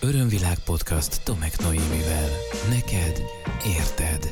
Örömvilág podcast Tomek Noémivel. Neked érted.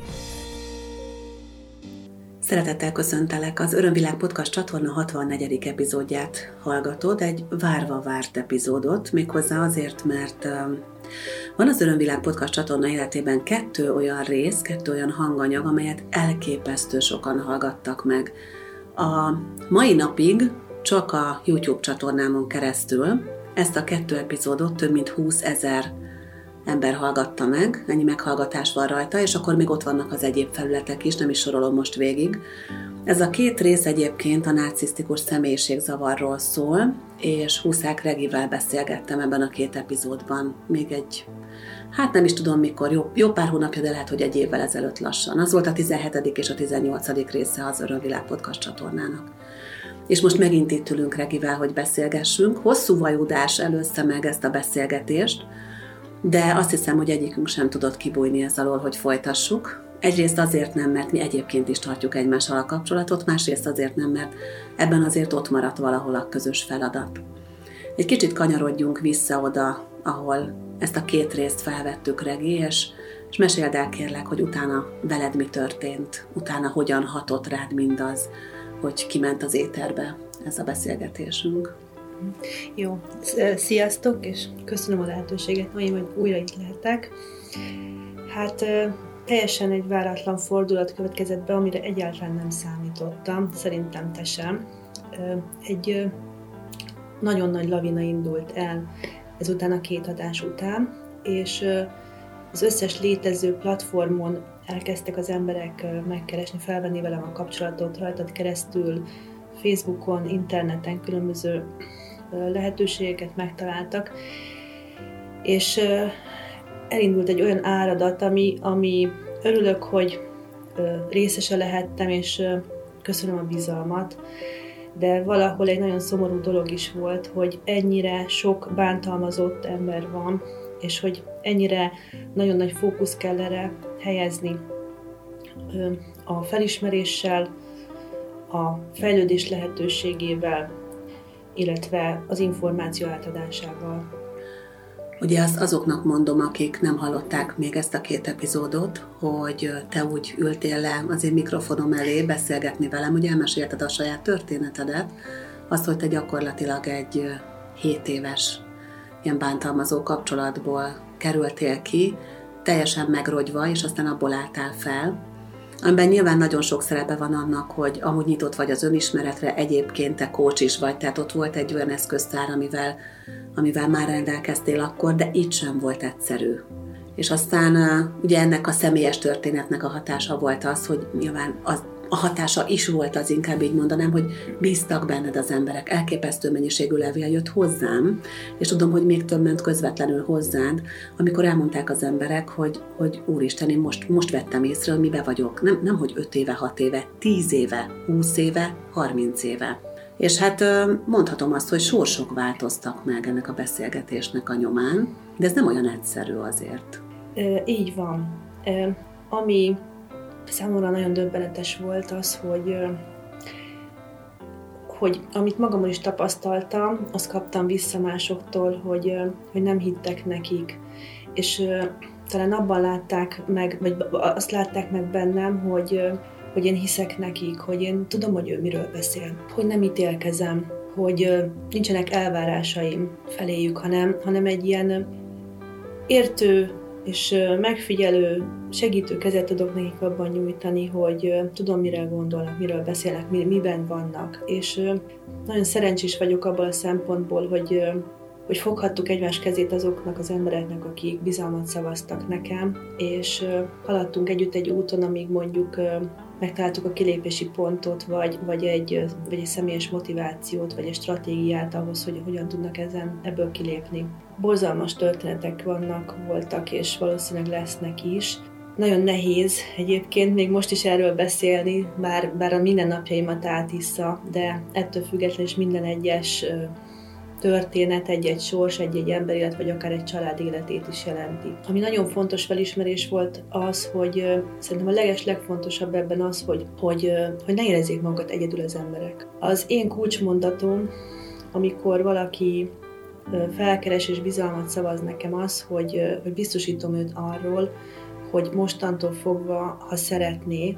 Szeretettel köszöntelek, az Örömvilág podcast csatorna 64. epizódját hallgatod, egy várva várt epizódot, méghozzá azért, mert van az Örömvilág podcast csatorna életében kettő olyan hanganyag, amelyet elképesztő sokan hallgattak meg. A mai napig csak a YouTube csatornámon keresztül ezt a 2 epizódot több mint 20 000 ember hallgatta meg, ennyi meghallgatás van rajta, és akkor még ott vannak az egyéb felületek is, nem is sorolom most végig. Ez a 2 rész egyébként a narcisztikus személyiségzavarról szól, és Huszák Regivel beszélgettem ebben a 2 epizódban. Még nem is tudom mikor, jó pár hónapja, de lehet, hogy egy évvel ezelőtt lassan. Az volt a 17. és a 18. része az Örömvilág podcast csatornának. És most megint itt ülünk Regivel, hogy beszélgessünk. Hosszú vajudás előzte meg ezt a beszélgetést, de azt hiszem, hogy egyikünk sem tudott kibújni ez alól, hogy folytassuk. Egyrészt azért nem, mert mi egyébként is tartjuk egymással a kapcsolatot, másrészt azért nem, mert ebben azért ott maradt valahol a közös feladat. Egy kicsit kanyarodjunk vissza oda, ahol ezt a 2 részt felvettük, Regi, és meséld el kérlek, hogy utána veled mi történt, utána hogyan hatott rád mindaz, hogy kiment az éterbe ez a beszélgetésünk. Jó, sziasztok, és köszönöm a lehetőséget, hogy újra itt lehetek. Teljesen egy váratlan fordulat következett be, amire egyáltalán nem számítottam, szerintem te sem. Egy nagyon nagy lavina indult el ezután a 2 adás után, és az összes létező platformon elkezdtek az emberek megkeresni, felvenni velem a kapcsolatot, rajtad keresztül, Facebookon, interneten különböző lehetőségeket megtaláltak, és elindult egy olyan áradat, ami örülök, hogy részese lehettem, és köszönöm a bizalmat, de valahol egy nagyon szomorú dolog is volt, hogy ennyire sok bántalmazott ember van, és hogy ennyire nagyon nagy fókusz kell erre helyezni a felismeréssel, a fejlődés lehetőségével, illetve az információ átadásával. Ugye azt azoknak mondom, akik nem hallották még ezt a 2 epizódot, hogy te úgy ültél le az én mikrofonom elé beszélgetni velem, hogy elmesélted a saját történetedet, azt, hogy te gyakorlatilag egy 7 éves ilyen bántalmazó kapcsolatból kerültél ki, teljesen megrogyva, és aztán abból álltál fel, amiben nyilván nagyon sok szerepe van annak, hogy amúgy nyitott vagy az önismeretre, egyébként te coach is vagy, tehát ott volt egy olyan eszköztár, amivel már rendelkeztél akkor, de így sem volt egyszerű. És aztán ugye ennek a személyes történetnek a hatása volt az, hogy nyilván a hatása is volt, az inkább így mondanám, hogy bíztak benned az emberek. Elképesztő mennyiségű levél jött hozzám, és tudom, hogy még több ment közvetlenül hozzád, amikor elmondták az emberek, hogy úristen, én most vettem észre, hogy mibe vagyok. Nem, hogy 5 éve, 6 éve, 10 éve, 20 éve, 30 éve. És mondhatom azt, hogy sorsok változtak meg ennek a beszélgetésnek a nyomán, de ez nem olyan egyszerű azért. Így van. Ami számomra nagyon döbbenetes volt az, hogy amit magamon is tapasztaltam, azt kaptam vissza másoktól, hogy nem hittek nekik. És talán abban látták meg, vagy azt látták meg bennem, hogy én hiszek nekik, hogy én tudom, hogy ő miről beszél, hogy nem ítélkezem, hogy nincsenek elvárásaim feléjük, hanem egy ilyen értő és megfigyelő, segítő kezet tudok nekik abban nyújtani, hogy tudom, mire gondolnak, miről beszélnek, miben vannak. És nagyon szerencsés vagyok abban a szempontból, hogy foghattuk egymás kezét azoknak az embereknek, akik bizalmat szavaztak nekem, és haladtunk együtt egy úton, amíg mondjuk megtaláltuk a kilépési pontot, vagy egy személyes motivációt, vagy egy stratégiát ahhoz, hogy hogyan tudnak ebből kilépni. Borzalmas történetek voltak, és valószínűleg lesznek is. Nagyon nehéz egyébként még most is erről beszélni, bár a mindennapjaimat átissza, de ettől függetlenül is minden egyes történet, egy-egy sors, egy-egy emberélet, vagy akár egy család életét is jelenti. Ami nagyon fontos felismerés volt az, hogy szerintem a legfontosabb ebben az, hogy ne érezzék magukat egyedül az emberek. Az én kulcsmondatom, amikor valaki felkeres és bizalmat szavaz nekem az, hogy biztosítom őt arról, hogy mostantól fogva, ha szeretné,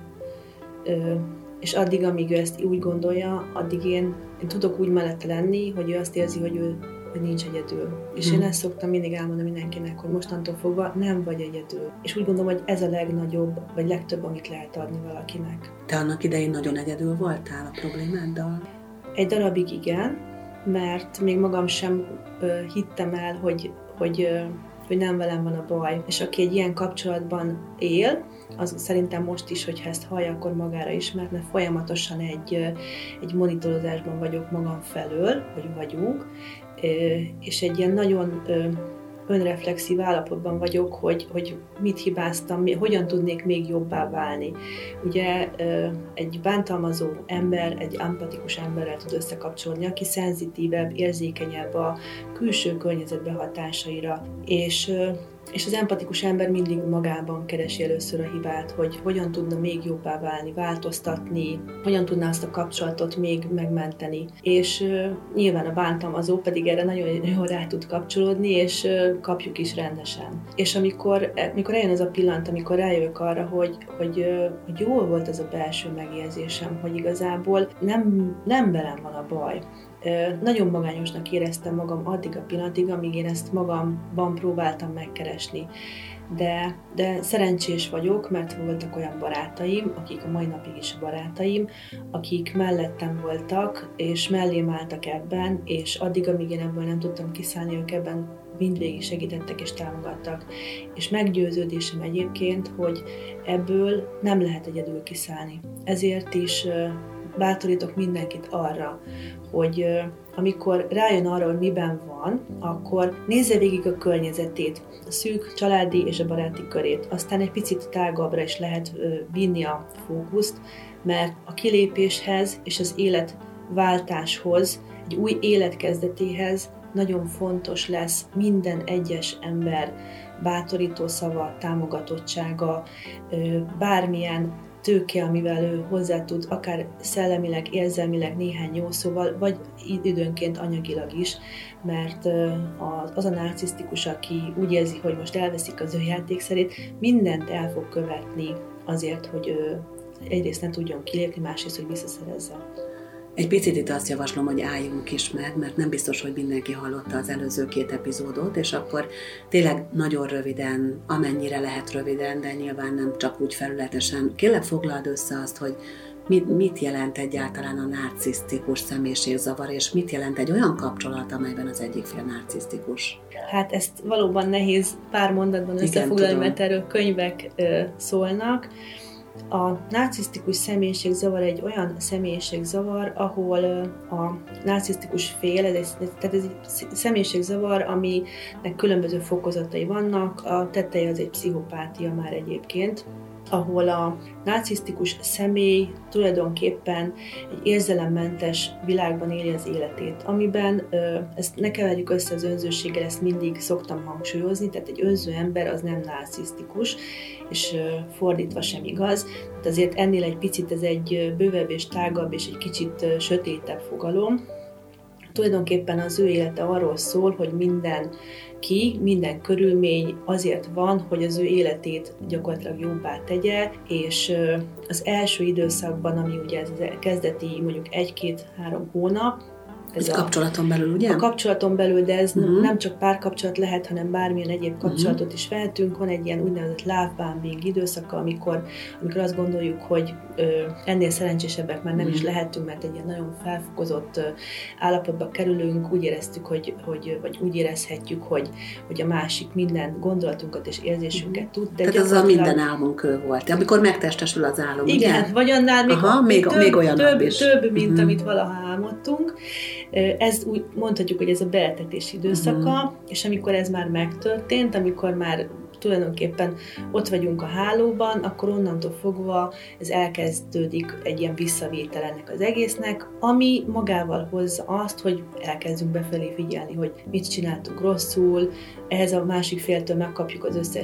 és addig, amíg ő ezt úgy gondolja, addig én tudok úgy mellette lenni, hogy ő azt érzi, hogy nincs egyedül. És én ezt szoktam mindig elmondani mindenkinek, hogy mostantól fogva nem vagy egyedül. És úgy gondolom, hogy ez a legnagyobb, vagy legtöbb, amit lehet adni valakinek. Te annak idején nagyon egyedül voltál a problémáddal? Egy darabig igen, mert még magam sem hittem el, hogy nem velem van a baj. És aki egy ilyen kapcsolatban él, az szerintem most is, hogyha ezt hallja, akkor magára ismert, mert folyamatosan egy monitorozásban vagyok magam felől, hogy vagyunk, és egy ilyen nagyon önreflexív állapotban vagyok, hogy mit hibáztam, hogyan tudnék még jobbá válni. Ugye egy bántalmazó ember, egy empatikus emberrel tud összekapcsolni, aki szenzitívebb, érzékenyebb a külső környezet behatásaira, és az empatikus ember mindig magában keresi először a hibát, hogy hogyan tudna még jobbá válni, változtatni, hogyan tudná azt a kapcsolatot még megmenteni. És nyilván a bántalmazó pedig erre nagyon jól rá tud kapcsolódni, és kapjuk is rendesen. És amikor eljön az a pillanat, amikor rájövök arra, hogy jól volt ez a belső megérzésem, hogy igazából nem velem van a baj. Nagyon magányosnak éreztem magam addig a pillanatig, amíg én ezt magamban próbáltam megkeresni. De szerencsés vagyok, mert voltak olyan barátaim, akik a mai napig is barátaim, akik mellettem voltak, és mellém álltak ebben, és addig, amíg én ebből nem tudtam kiszállni, ők ebben mindvégig segítettek és támogattak. És meggyőződésem egyébként, hogy ebből nem lehet egyedül kiszállni. Ezért is bátorítok mindenkit arra, hogy amikor rájön arra, hogy miben van, akkor nézze végig a környezetét, a szűk családi és a baráti körét. Aztán egy picit tágabbra is lehet vinni a fókuszt, mert a kilépéshez és az életváltáshoz, egy új élet kezdetéhez nagyon fontos lesz minden egyes ember bátorító szava, támogatottsága, bármilyen tőke, amivel ő hozzá tud, akár szellemileg, érzelmileg néhány jó szóval, vagy időnként anyagilag is, mert az a narcisztikus, aki úgy érzi, hogy most elveszik az ő játékszerét, mindent el fog követni azért, hogy egyrészt ne tudjon kilépni, másrészt, hogy visszaszerezze. Egy picit itt azt javaslom, hogy álljunk is meg, mert nem biztos, hogy mindenki hallotta az előző 2 epizódot, és akkor tényleg nagyon röviden, amennyire lehet röviden, de nyilván nem csak úgy felületesen, kérlek foglald össze azt, hogy mit jelent egyáltalán a narcisztikus személyiségzavar, és mit jelent egy olyan kapcsolat, amelyben az egyik fél narcisztikus? Hát ezt valóban nehéz pár mondatban összefoglalni, mert erről könyvek szólnak. A narcisztikus személyiségzavar egy olyan személyiségzavar, ahol a narcisztikus fél, ez egy személyiségzavar, aminek különböző fokozatai vannak, a teteje az egy pszichopátia már egyébként, ahol a narcisztikus személy tulajdonképpen egy érzelemmentes világban éli az életét, amiben ezt ne keverjük össze az önzőséggel, ezt mindig szoktam hangsúlyozni, tehát egy önző ember az nem narcisztikus, és fordítva sem igaz. Tehát azért ennél egy picit ez egy bővebb és tágabb és egy kicsit sötétebb fogalom. Tulajdonképpen az ő élete arról szól, hogy minden körülmény azért van, hogy az ő életét gyakorlatilag jobbá tegye, és az első időszakban, ami ugye ez a kezdeti mondjuk 1-2-3 hónap, ez a kapcsolaton belül, ugye? A kapcsolaton belül, de ez nem csak párkapcsolat lehet, hanem bármilyen egyéb kapcsolatot is vehetünk. Van egy ilyen úgynevezett love bombing időszaka, amikor azt gondoljuk, hogy ennél szerencsésebbek már nem is lehetünk, mert egy ilyen nagyon felfokozott állapotba kerülünk, úgy éreztük, vagy úgy érezhetjük, hogy a másik minden gondolatunkat és érzésünket tud. De tehát az a minden álmunk ő volt, amikor megtestesül az álom, igen, ugye? Vagy annál még olyan több, mint amit valaha álmodtunk. Ez úgy mondhatjuk, hogy ez a beletetési időszaka, és amikor ez már megtörtént, amikor már tulajdonképpen ott vagyunk a hálóban, akkor onnantól fogva ez elkezdődik egy ilyen visszavétel ennek az egésznek, ami magával hozza azt, hogy elkezdünk befelé figyelni, hogy mit csináltunk rosszul, ehhez a másik féltől megkapjuk az összes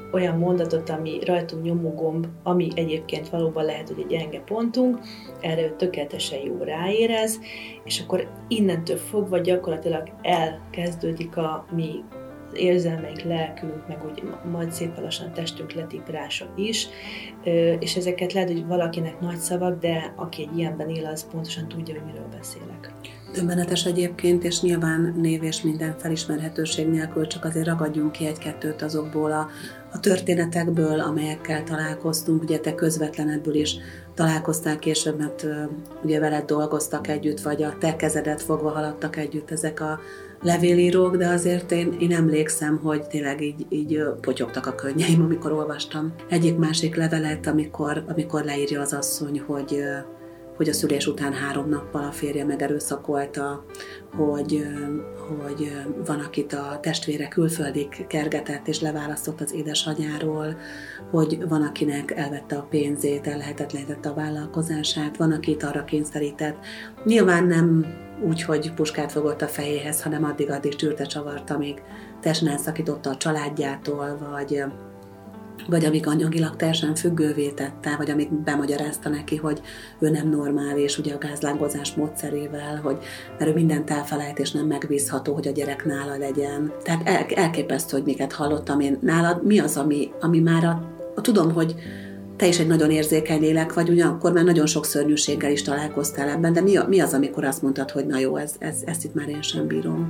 olyan mondatot, ami rajtunk nyomógomb, ami egyébként valóban lehet, hogy egy gyenge pontunk, erre ő tökéletesen jó ráérez, és akkor innentől fogva gyakorlatilag elkezdődik a mi érzelmeink, lelkünk, meg úgy majd szépen lassan a testünk letiprása is, és ezeket lehet, hogy valakinek nagy szavak, de aki egy ilyenben él, az pontosan tudja, hogy miről beszélek. Döbbenetes egyébként, és nyilván név és minden felismerhetőség nélkül, csak azért ragadjunk ki egy-kettőt azokból a történetekből, amelyekkel találkoztunk. Ugye te közvetlenebből is találkoztál később, mert ugye veled dolgoztak együtt, vagy a te kezedet fogva haladtak együtt ezek a levélírók, de azért én emlékszem, hogy tényleg így potyogtak a könnyeim, amikor olvastam egyik-másik levelet, amikor leírja az asszony, hogy a szülés után 3 nappal a férje megerőszakolta, hogy van, akit a testvére külföldig kergetett és leválasztott az édesanyjáról, hogy van, akinek elvette a pénzét, ellehetetlenítette a vállalkozását, van, akit arra kényszerített. Nyilván nem úgy, hogy puskát fogott a fejéhez, hanem addig tűrte csavarta, amíg teljesen elszakította a családjától, vagy amíg anyagilag teljesen függővé tette, vagy amíg bemagyarázta neki, hogy ő nem normális, ugye a gázlángozás módszerével, mert ő mindent elfelejt, és nem megbízható, hogy a gyerek nála legyen. Tehát elképesztő, hogy miket hallottam én nálad. Mi az, ami már tudom, hogy te is egy nagyon érzékeny lélek vagy, ugyanakkor már nagyon sok szörnyűséggel is találkoztál ebben, de mi az, amikor azt mondtad, hogy na jó, ezt itt már én sem bírom?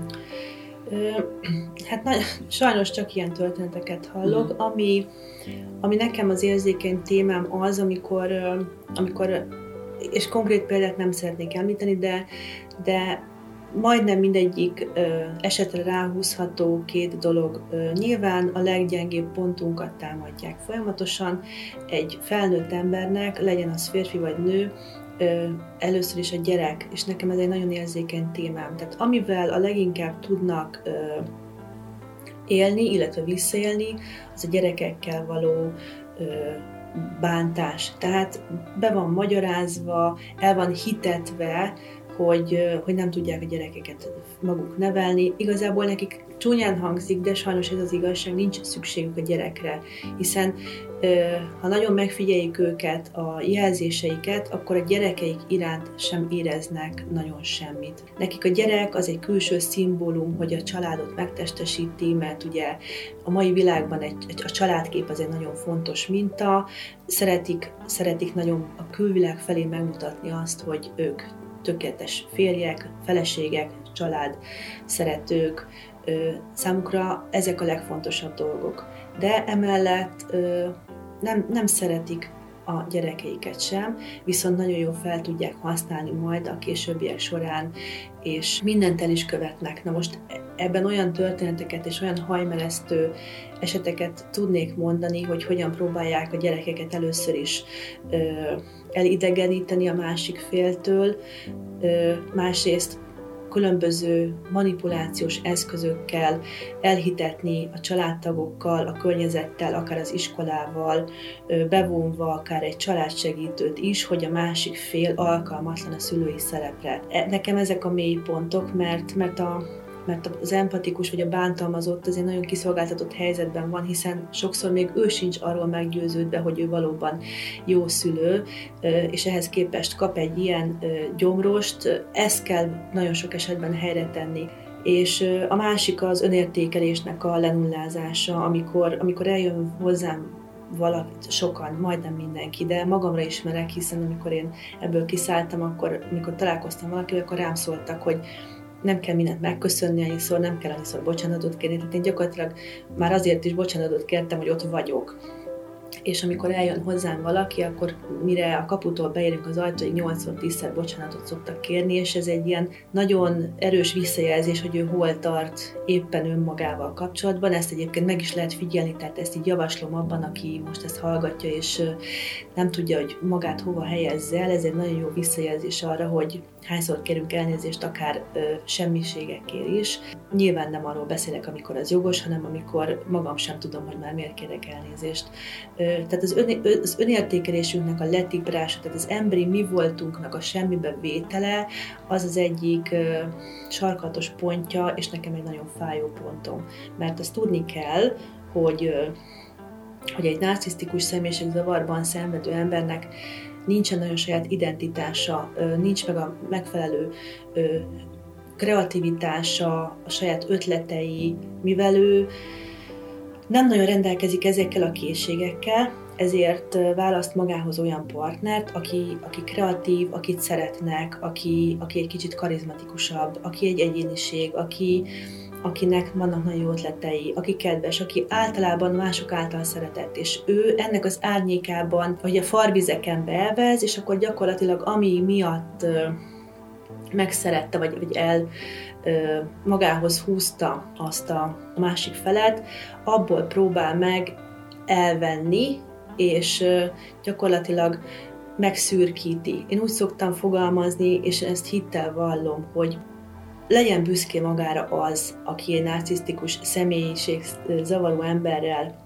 Hát sajnos csak ilyen történeteket hallok, ami nekem az érzékeny témám az, amikor és konkrét példát nem szeretnék említeni, de majdnem mindegyik esetre ráhúzható 2 dolog. Nyilván a leggyengébb pontunkat támadják folyamatosan egy felnőtt embernek, legyen az férfi vagy nő, először is a gyerek, és nekem ez egy nagyon érzékeny témám. Tehát amivel a leginkább tudnak élni, illetve visszaélni, az a gyerekekkel való bántás. Tehát be van magyarázva, el van hitetve, hogy nem tudják a gyerekeket maguk nevelni. Igazából nekik csúnyán hangzik, de sajnos ez az igazság, nincs szükségük a gyerekre, hiszen ha nagyon megfigyeljük őket, a jelzéseiket, akkor a gyerekeik iránt sem éreznek nagyon semmit. Nekik a gyerek az egy külső szimbólum, hogy a családot megtestesíti, mert ugye a mai világban a családkép az egy nagyon fontos minta, szeretik nagyon a külvilág felé megmutatni azt, hogy ők tökéletes férjek, feleségek, család, szeretők, számukra ezek a legfontosabb dolgok. De emellett nem szeretik a gyerekeiket sem, viszont nagyon jól fel tudják használni majd a későbbiek során, és mindent el is követnek. Na most ebben olyan történeteket és olyan hajmeresztő eseteket tudnék mondani, hogy hogyan próbálják a gyerekeket először is elidegeníteni a másik féltől, másrészt különböző manipulációs eszközökkel elhitetni a családtagokkal, a környezettel, akár az iskolával, bevonva akár egy családsegítőt is, hogy a másik fél alkalmatlan a szülői szerepre. Nekem ezek a mély pontok, mert az empatikus vagy a bántalmazott azért nagyon kiszolgáltatott helyzetben van, hiszen sokszor még ő sincs arról meggyőződve, hogy ő valóban jó szülő, és ehhez képest kap egy ilyen gyomrost, ezt kell nagyon sok esetben helyre tenni. És a másik az önértékelésnek a lenullázása, amikor eljön hozzám valakit, sokan, majdnem mindenki, de magamra ismerek, hiszen amikor én ebből kiszálltam, amikor találkoztam valakivel, akkor rám szóltak, hogy nem kell mindent megköszönni annyiszor, nem kell annyiszor bocsánatot kérni. Tehát én gyakorlatilag már azért is bocsánatot kértem, hogy ott vagyok. És amikor eljön hozzám valaki, akkor mire a kaputól beérünk az ajtóig, 8-10-szer bocsánatot szoktak kérni, és ez egy ilyen nagyon erős visszajelzés, hogy ő hol tart éppen önmagával kapcsolatban. Ezt egyébként meg is lehet figyelni, tehát ezt így javaslom abban, aki most ezt hallgatja, és nem tudja, hogy magát hova helyezze el. Ez egy nagyon jó visszajelzés arra, hogy hányszor kérünk elnézést, akár semmiségekért is. Nyilván nem arról beszélek, amikor az jogos, hanem amikor magam sem tudom, hogy már miért kérek elnézést. Tehát az önértékelésünknek a letiprása, tehát az emberi mi voltunknak a semmibe vétele, az az egyik sarkalatos pontja, és nekem egy nagyon fájó pontom. Mert azt tudni kell, hogy hogy egy narcisztikus személyiségzavarban szenvedő embernek nincsen nagyon saját identitása, nincs meg a megfelelő kreativitása, a saját ötletei, mivel ő nem nagyon rendelkezik ezekkel a készségekkel, ezért választ magához olyan partnert, aki kreatív, akit szeretnek, aki egy kicsit karizmatikusabb, aki egy egyéniség, akinek vannak nagyon jó ötletei, aki kedves, aki általában mások által szeretett, és ő ennek az árnyékában, vagy a farvizeken beelvez, és akkor gyakorlatilag ami miatt megszerette, vagy magához húzta azt a másik felet, abból próbál meg elvenni, és gyakorlatilag megszürkíti. Én úgy szoktam fogalmazni, és ezt hittel vallom, hogy legyen büszke magára az, aki egy narcisztikus személyiségzavaró emberrel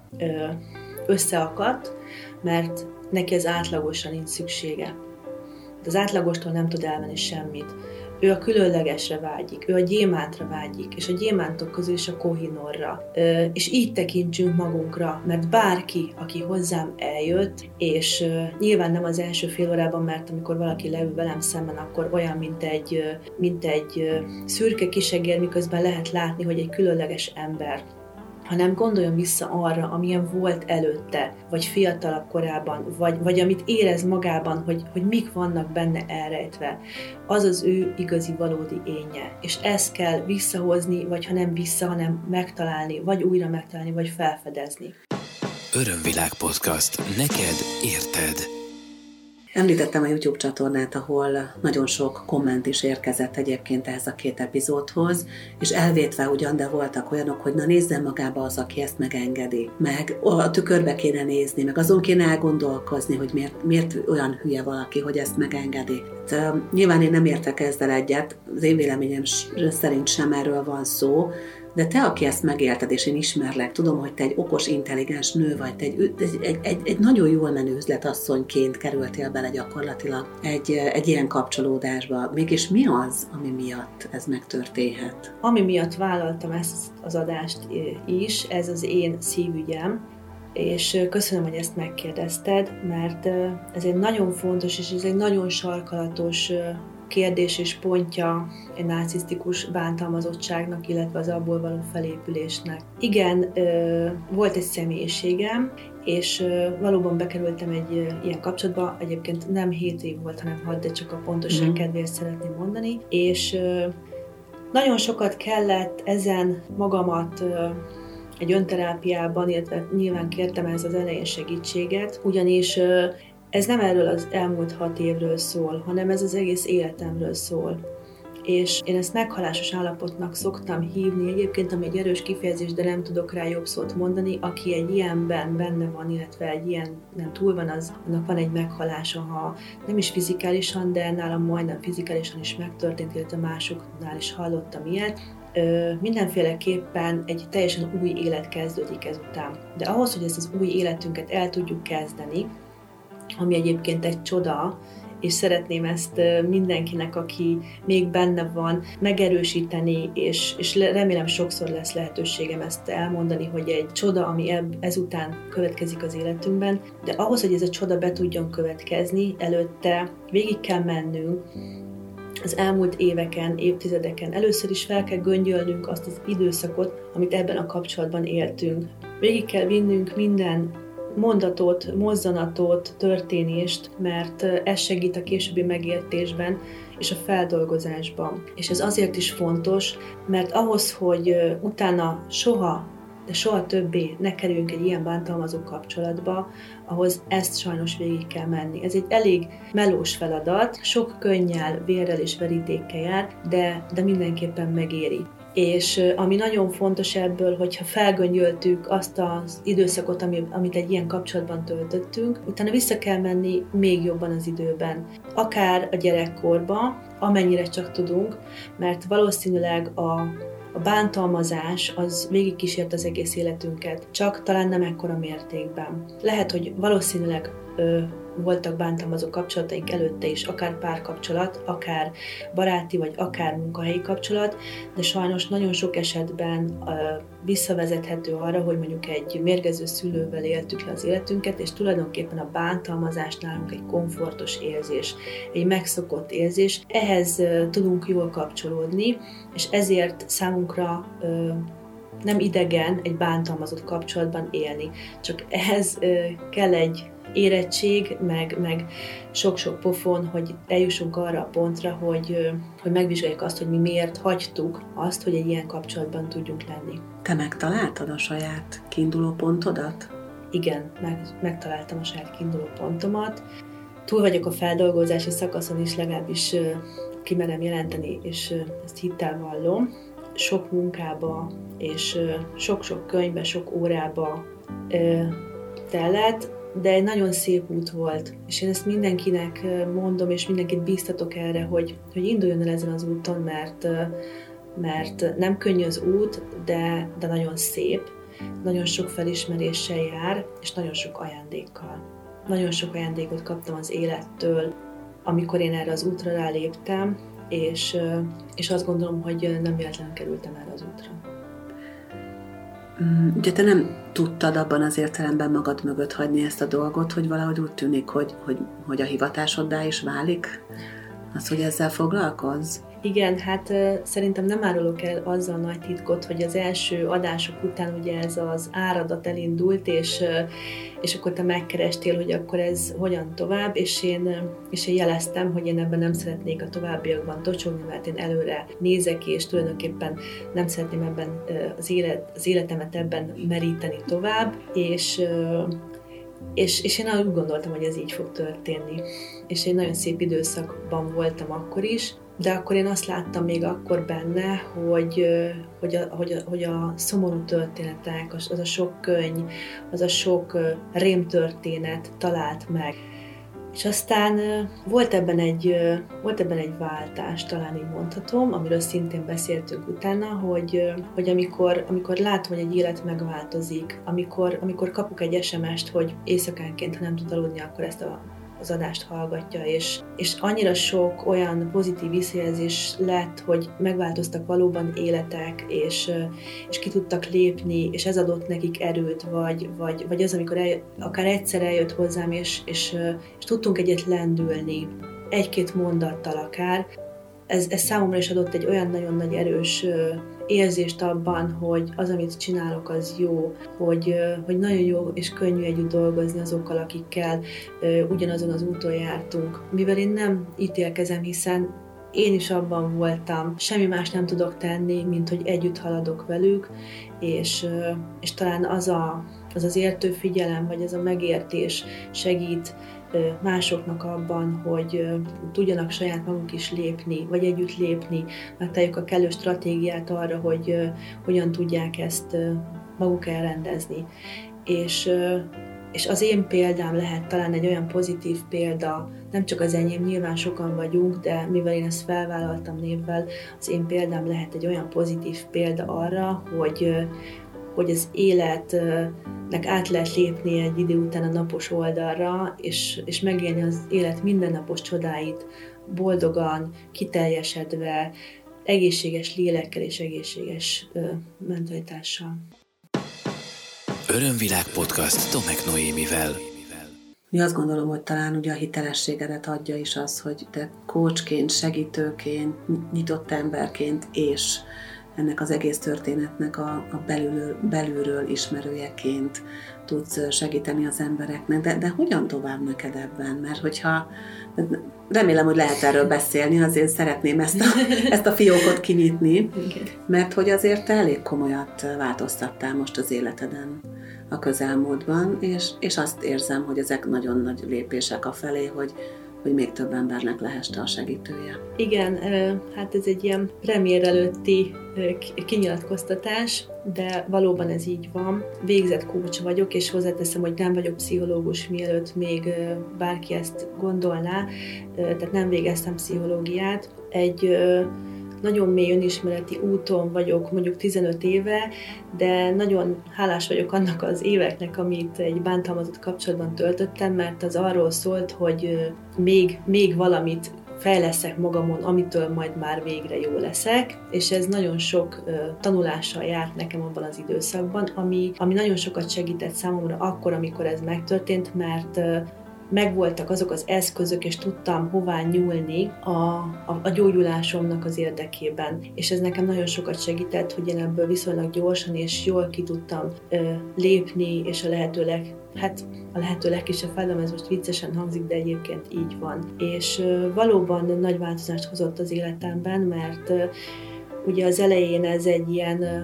összeakadt, mert neki az átlagosra nincs szüksége. De az átlagostól nem tud elvenni semmit. Ő a különlegesre vágyik, ő a gyémántra vágyik, és a gyémántok közül is a kohinorra. És így tekintsünk magunkra, mert bárki, aki hozzám eljött, és nyilván nem az első fél órában, mert amikor valaki leül velem szemben, akkor olyan, mint egy szürke kisegér, miközben lehet látni, hogy egy különleges ember. Hanem gondoljon vissza arra, amilyen volt előtte, vagy fiatalabb korában, vagy amit érez magában, hogy mik vannak benne elrejtve. Az az ő igazi, valódi énje. És ezt kell visszahozni, vagy ha nem vissza, hanem megtalálni, vagy újra megtalálni, vagy felfedezni. Örömvilág podcast. Neked érted. Említettem a YouTube csatornát, ahol nagyon sok komment is érkezett egyébként ehhez a 2 epizódhoz, és elvétve ugyan, de voltak olyanok, hogy na nézzen magába az, aki ezt megengedi. Meg a tükörbe kéne nézni, meg azon kéne elgondolkozni, hogy miért olyan hülye valaki, hogy ezt megengedi. Nyilván én nem értek ezzel egyet, az én véleményem szerint sem erről van szó, de te, aki ezt megélted, és én ismerlek, tudom, hogy te egy okos, intelligens nő vagy, te egy nagyon jól menő üzletasszonyként kerültél bele gyakorlatilag egy ilyen kapcsolódásba. Mégis mi az, ami miatt ez megtörténhet? Ami miatt vállaltam ezt az adást is, ez az én szívügyem, és köszönöm, hogy ezt megkérdezted, mert ez egy nagyon fontos, és ez egy nagyon sarkalatos kérdés és pontja egy narcisztikus bántalmazottságnak, illetve az abból való felépülésnek. Igen, volt egy személyiségem, és valóban bekerültem egy ilyen kapcsolatba, egyébként nem 7 év volt, hanem 6, de csak a pontoság kedvéért szeretném mondani, és nagyon sokat kellett ezen magamat egy önterápiában, illetve nyilván kértem ez az elején segítséget, ugyanis ez nem erről az elmúlt 6 évről szól, hanem ez az egész életemről szól. És én ezt meghalásos állapotnak szoktam hívni, egyébként ami egy erős kifejezés, de nem tudok rá jobb szót mondani, aki egy ilyenben benne van, illetve egy ilyenen túl van, annak van egy meghalása, ha nem is fizikálisan, de nálam majdnem fizikálisan is megtörtént, illetve másoknál is hallottam ilyet. Mindenféleképpen egy teljesen új élet kezdődik ezután. De ahhoz, hogy ezt az új életünket el tudjuk kezdeni, ami egyébként egy csoda, és szeretném ezt mindenkinek, aki még benne van, megerősíteni, és remélem sokszor lesz lehetőségem ezt elmondani, hogy egy csoda, ami ezután következik az életünkben, de ahhoz, hogy ez a csoda be tudjon következni, előtte végig kell mennünk az elmúlt éveken, évtizedeken. Először is fel kell göngyölnünk azt az időszakot, amit ebben a kapcsolatban éltünk. Végig kell vinnünk minden mondatot, mozzanatot, történést, mert ez segít a későbbi megértésben és a feldolgozásban. És ez azért is fontos, mert ahhoz, hogy utána soha többé ne kerüljünk egy ilyen bántalmazó kapcsolatba, ahhoz ezt sajnos végig kell menni. Ez egy elég melós feladat, sok könnyel, vérrel és verítékkel jár, de mindenképpen megéri. És ami nagyon fontos ebből, hogyha felgöngyöltük azt az időszakot, amit egy ilyen kapcsolatban töltöttünk, utána vissza kell menni még jobban az időben. Akár a gyerekkorba, amennyire csak tudunk, mert valószínűleg a bántalmazás az végigkísért az egész életünket, csak talán nem ekkora mértékben. Lehet, hogy valószínűleg voltak bántalmazó kapcsolataink előtte is, akár párkapcsolat, akár baráti, vagy akár munkahelyi kapcsolat, de sajnos nagyon sok esetben visszavezethető arra, hogy mondjuk egy mérgező szülővel éltük le az életünket, és tulajdonképpen a bántalmazás nálunk egy komfortos érzés, egy megszokott érzés. Ehhez tudunk jól kapcsolódni, és ezért számunkra nem idegen egy bántalmazott kapcsolatban élni. Csak ehhez kell egy érettség, meg sok-sok pofon, hogy eljussunk arra a pontra, hogy megvizsgáljuk azt, hogy mi miért hagytuk azt, hogy egy ilyen kapcsolatban tudjunk lenni. Te megtaláltad a saját kiinduló pontodat? Igen, megtaláltam a saját kiinduló pontomat. Túl vagyok a feldolgozási szakaszon is, legalábbis kimerem jelenteni, és ezt hittel vallom. Sok munkába és sok-sok könyvbe, sok órába tellett, de egy nagyon szép út volt. És én ezt mindenkinek mondom, és mindenkit bíztatok erre, hogy induljon el ezen az úton, mert nem könnyű az út, de nagyon szép, nagyon sok felismeréssel jár, és nagyon sok ajándékkal. Nagyon sok ajándékot kaptam az élettől, amikor én erre az útra ráléptem, és azt gondolom, hogy nem véletlenül kerültem erre az útra. Ugye te nem tudtad abban az értelemben magad mögött hagyni ezt a dolgot, hogy valahogy úgy tűnik, hogy a hivatásoddá is válik az, hogy ezzel foglalkozz? Igen, hát szerintem nem árulok el azzal nagy titkot, hogy az első adások után ugye ez az áradat elindult, és akkor te megkerestél, hogy akkor ez hogyan tovább, és én jeleztem, hogy én ebben nem szeretnék a továbbiakban tocsogni, mert én előre nézek, és tulajdonképpen nem szeretném ebben az életemet ebben meríteni tovább, és én úgy gondoltam, hogy ez így fog történni. És egy nagyon szép időszakban voltam akkor is, de akkor én azt láttam még akkor benne, hogy a szomorú történetek, az a sok könyv, az a sok rémtörténet talált meg. És aztán volt ebben egy váltás, talán így mondhatom, amiről szintén beszéltünk utána, hogy amikor látom, hogy egy élet megváltozik, amikor kapok egy SMS-t, hogy éjszakánként, ha nem tud aludni, akkor ezt az adást hallgatja, és annyira sok olyan pozitív visszajelzés lett, hogy megváltoztak valóban életek, és ki tudtak lépni, és ez adott nekik erőt, vagy az, amikor akár egyszer eljött hozzám, és tudtunk egyet lendülni, egy-két mondattal akár. Ez számomra is adott egy olyan nagyon nagy erős érzést abban, hogy az, amit csinálok, az jó, hogy nagyon jó és könnyű együtt dolgozni azokkal, akikkel ugyanazon az úton jártunk. Mivel én nem ítélkezem, hiszen én is abban voltam, semmi más nem tudok tenni, mint hogy együtt haladok velük, és talán az értő figyelem, vagy ez a megértés segít másoknak abban, hogy tudjanak saját maguk is lépni, vagy együtt lépni, megtaláljuk a kellő stratégiát arra, hogy hogyan tudják ezt maguk elrendezni. És az én példám lehet talán egy olyan pozitív példa, nem csak az enyém, nyilván sokan vagyunk, de mivel én ezt felvállaltam névvel, az én példám lehet egy olyan pozitív példa arra, hogy az életnek át lehet lépni egy idő után a napos oldalra, és megélni az élet mindennapos csodáit, boldogan, kiteljesedve, egészséges lélekkel és egészséges mentalitással. Örömvilág podcast Tomek Noémivel. Mi azt gondolom, hogy talán ugye a hitelességedet adja is az, hogy te coachként, segítőként, nyitott emberként és ennek az egész történetnek a belülről ismerőjeként tudsz segíteni az embereknek. De hogyan tovább neked ebben? Mert hogyha remélem, hogy lehet erről beszélni, azért szeretném ezt a fiókot kinyitni, mert hogy azért te elég komolyat változtattál most az életeden a közelmúltban, és azt érzem, hogy ezek nagyon nagy lépések afelé, hogy még több embernek lehess te a segítője. Igen, hát ez egy ilyen premier előtti kinyilatkoztatás, de valóban ez így van. Végzett coach vagyok, és hozzáteszem, hogy nem vagyok pszichológus, mielőtt még bárki ezt gondolná, tehát nem végeztem pszichológiát. Egy nagyon mély önismereti úton vagyok mondjuk 15 éve, de nagyon hálás vagyok annak az éveknek, amit egy bántalmazott kapcsolatban töltöttem, mert az arról szólt, hogy még valamit fejleszek magamon, amitől majd már végre jó leszek, és ez nagyon sok tanulással járt nekem abban az időszakban, ami nagyon sokat segített számomra akkor, amikor ez megtörtént, mert megvoltak azok az eszközök, és tudtam hová nyúlni a gyógyulásomnak az érdekében. És ez nekem nagyon sokat segített, hogy én ebből viszonylag gyorsan és jól ki tudtam lépni, és a lehető legkisebb fájdalom, ez most viccesen hangzik, de egyébként így van. És valóban nagy változást hozott az életemben, mert ugye az elején ez egy ilyen,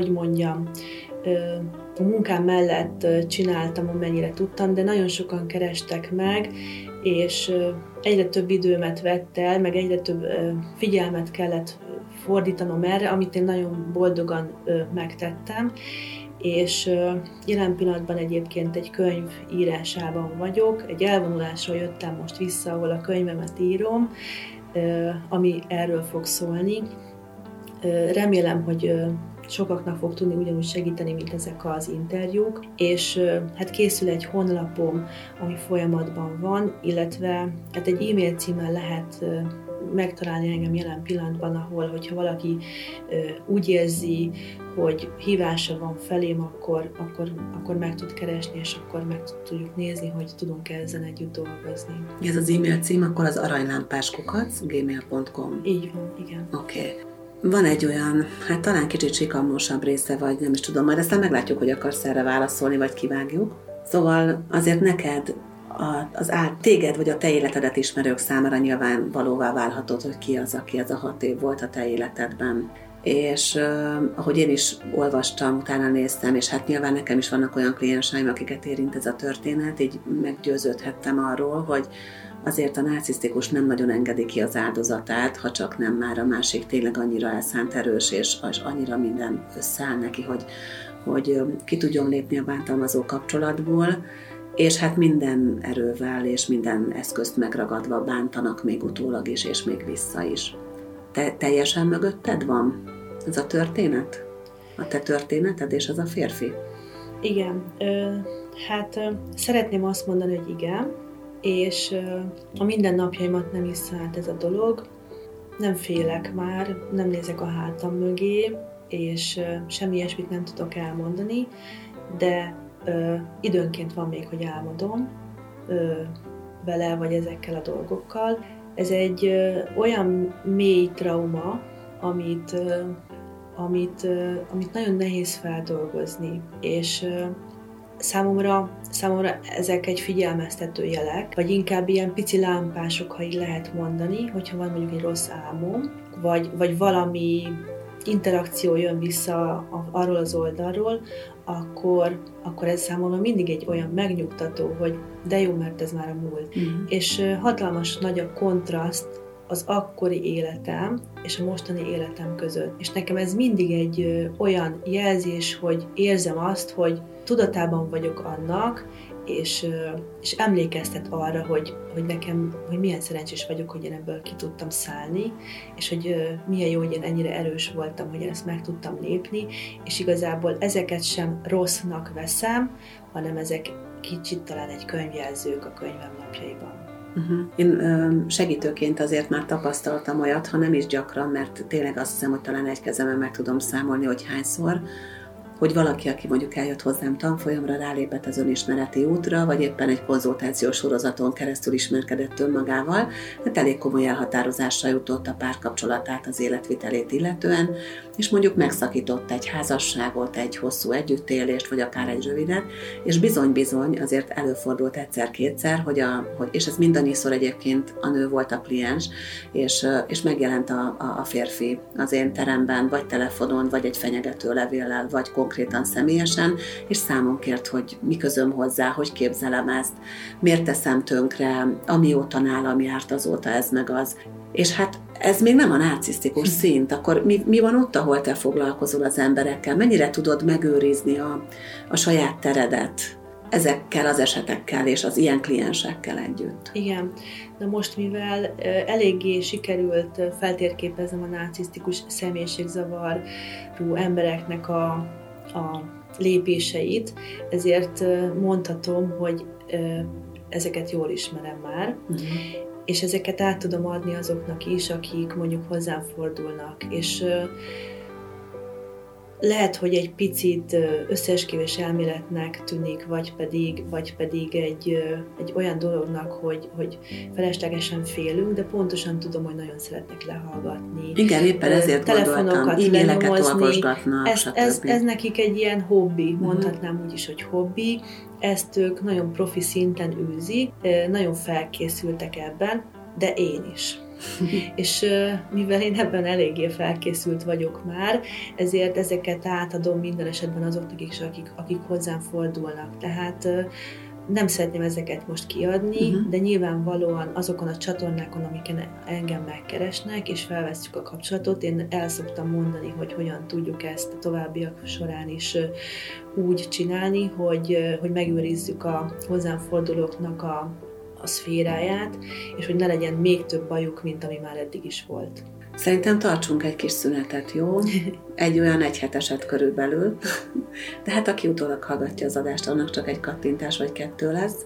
a munkám mellett csináltam, amennyire tudtam, de nagyon sokan kerestek meg, és egyre több időmet vett el, meg egyre több figyelmet kellett fordítanom erre, amit én nagyon boldogan megtettem, és jelen pillanatban egyébként egy könyv írásában vagyok, egy elvonulásról jöttem most vissza, ahol a könyvemet írom, ami erről fog szólni. Remélem, hogy sokaknak fog tudni ugyanúgy segíteni, mint ezek az interjúk, és hát készül egy honlapom, ami folyamatban van, illetve hát egy e-mail címmel lehet megtalálni engem jelen pillanatban, ahol, hogyha valaki úgy érzi, hogy hívása van felém, akkor meg tud keresni, és akkor meg tudjuk nézni, hogy tudunk ezen együtt dolgozni. Ez az e-mail cím, akkor az aranylámpás@gmail.com. Így van, igen. Oké. Van egy olyan, hát talán kicsit sikamlósabb része, vagy nem is tudom, majd aztán meglátjuk, hogy akarsz erre válaszolni, vagy kivágjuk. Szóval azért neked téged vagy a te életedet ismerők számára nyilvánvalóvá válhatod, hogy ki az, aki ez a 6 év volt a te életedben. És ahogy én is olvastam, utána néztem, és hát nyilván nekem is vannak olyan klienseim, akiket érint ez a történet, így meggyőződhettem arról, hogy azért a narcisztikus nem nagyon engedi ki az áldozatát, ha csak nem már a másik tényleg annyira elszánt erős, és annyira minden összeáll neki, hogy ki tudjon lépni a bántalmazó kapcsolatból, és hát minden erővel és minden eszközt megragadva bántanak még utólag is, és még vissza is. Te teljesen mögötted van ez a történet? A te történeted és az a férfi? Igen. Szeretném azt mondani, hogy igen, és a mindennapjaimat nem is szállt ez a dolog. Nem félek már, nem nézek a hátam mögé, és semmi ilyesmit nem tudok elmondani, de időnként van még, hogy álmodom vele, vagy ezekkel a dolgokkal. Ez egy olyan mély trauma, amit nagyon nehéz feldolgozni, és számomra ezek egy figyelmeztető jelek, vagy inkább ilyen pici lámpások, ha így lehet mondani, hogyha van mondjuk egy rossz álmom, vagy valami interakció jön vissza arról az oldalról, akkor ez számomra mindig egy olyan megnyugtató, hogy de jó, mert ez már a múlt. Mm. És hatalmas nagy a kontraszt az akkori életem és a mostani életem között. És nekem ez mindig egy olyan jelzés, hogy érzem azt, hogy tudatában vagyok annak, és emlékeztet arra, hogy milyen szerencsés vagyok, hogy én ebből ki tudtam szállni, és hogy milyen jó, hogy én ennyire erős voltam, hogy én ezt meg tudtam lépni, és igazából ezeket sem rossznak veszem, hanem ezek kicsit talán egy könyvjelzők a könyvem napjaiban. Én segítőként azért már tapasztaltam olyat, ha nem is gyakran, mert tényleg azt hiszem, hogy talán egy kezemen meg tudom számolni, hogy hányszor, hogy valaki, aki mondjuk eljött hozzám tanfolyamra, rálépett az önismereti útra, vagy éppen egy konzultációs sorozaton keresztül ismerkedett önmagával, hát elég komoly elhatározásra jutott a párkapcsolatát, az életvitelét illetően, és mondjuk megszakított egy házasságot, egy hosszú együttélést, vagy akár egy rövidet, és bizony-bizony azért előfordult egyszer-kétszer, és ez mindannyiszor egyébként a nő volt a kliens, és megjelent a férfi az én teremben, vagy telefonon, vagy egy fenyegető levéllel, vagy konkrétan személyesen, és számon kért, hogy mi közöm hozzá, hogy képzelem ezt, miért teszem tönkre, amióta nálam járt, azóta ez meg az. És hát ez még nem a narcisztikus szint, akkor mi van ott, ahol te foglalkozol az emberekkel? Mennyire tudod megőrizni a saját teredet? ezekkel az esetekkel és az ilyen kliensekkel együtt. Igen, de most mivel eléggé sikerült feltérképeznem a narcisztikus személyiségzavarú embereknek a lépéseit, ezért mondhatom, hogy ezeket jól ismerem már, és ezeket át tudom adni azoknak is, akik mondjuk hozzám fordulnak, és lehet, hogy egy picit összeesküvés elméletnek tűnik, vagy pedig egy olyan dolognak, hogy feleslegesen félünk, de pontosan tudom, hogy nagyon szeretnek lehallgatni. Igen, éppen ezért gondoltam, e-maileket olvasgatnak, ez nekik egy ilyen hobbi, mondhatnám úgy is, hogy hobbi. Ezt ők nagyon profi szinten űzik, nagyon felkészültek ebben, de én is. És mivel én ebben eléggé felkészült vagyok már, ezért ezeket átadom minden esetben azoknak is, akik hozzám fordulnak. Tehát nem szeretném ezeket most kiadni, de nyilvánvalóan azokon a csatornákon, amiken engem megkeresnek, és felvesszük a kapcsolatot, én el szoktam mondani, hogy hogyan tudjuk ezt a továbbiak során is úgy csinálni, hogy megőrizzük a hozzám fordulóknak a szféráját, és hogy ne legyen még több bajuk, mint ami már eddig is volt. Szerintem tartsunk egy kis szünetet, jó? Egy olyan egyheteset körülbelül. De hát aki utólag hallgatja az adást, annak csak egy kattintás vagy 2 lesz,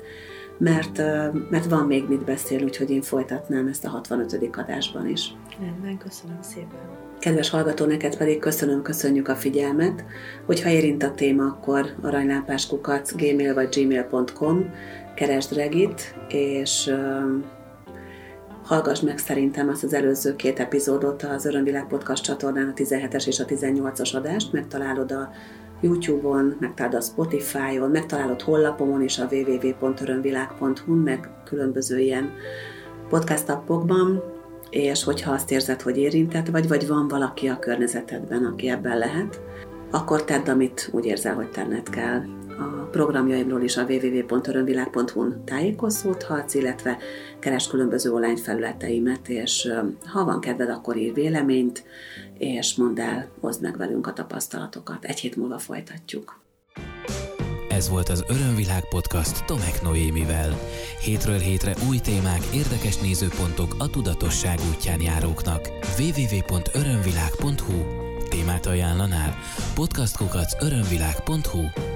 mert van még mit beszélni, úgyhogy én folytatnám ezt a 65. adásban is. Rendben, köszönöm szépen. Kedves hallgató, neked pedig köszönjük a figyelmet. Hogyha érint a téma, akkor aranylámpás@gmail vagy gmail.com, keresd Regit, és hallgass meg szerintem azt az előző 2 epizódot az Örömvilág Podcast csatornán, a 17-es és a 18-as adást, megtalálod a YouTube-on, megtalálod a Spotify-on, megtalálod honlapomon és a www.örömvilág.hu, meg különböző ilyen podcast appokban, és hogyha azt érzed, hogy érintett vagy van valaki a környezetedben, aki ebben lehet, akkor tedd, amit úgy érzel, hogy tenned kell. A programjaimról is a www.örömvilág.hu-n tájékozódhatsz, illetve keresd különböző online felületeimet, és ha van kedved, akkor írj véleményt, és mondd el, oszd meg velünk a tapasztalatokat. 1 hét múlva folytatjuk. Ez volt az Örömvilág Podcast Tomek Noémivel. Hétről hétre új témák, érdekes nézőpontok a tudatosság útján járóknak. www.örömvilág.hu. Témát ajánlanál? podcast@örömvilág.hu.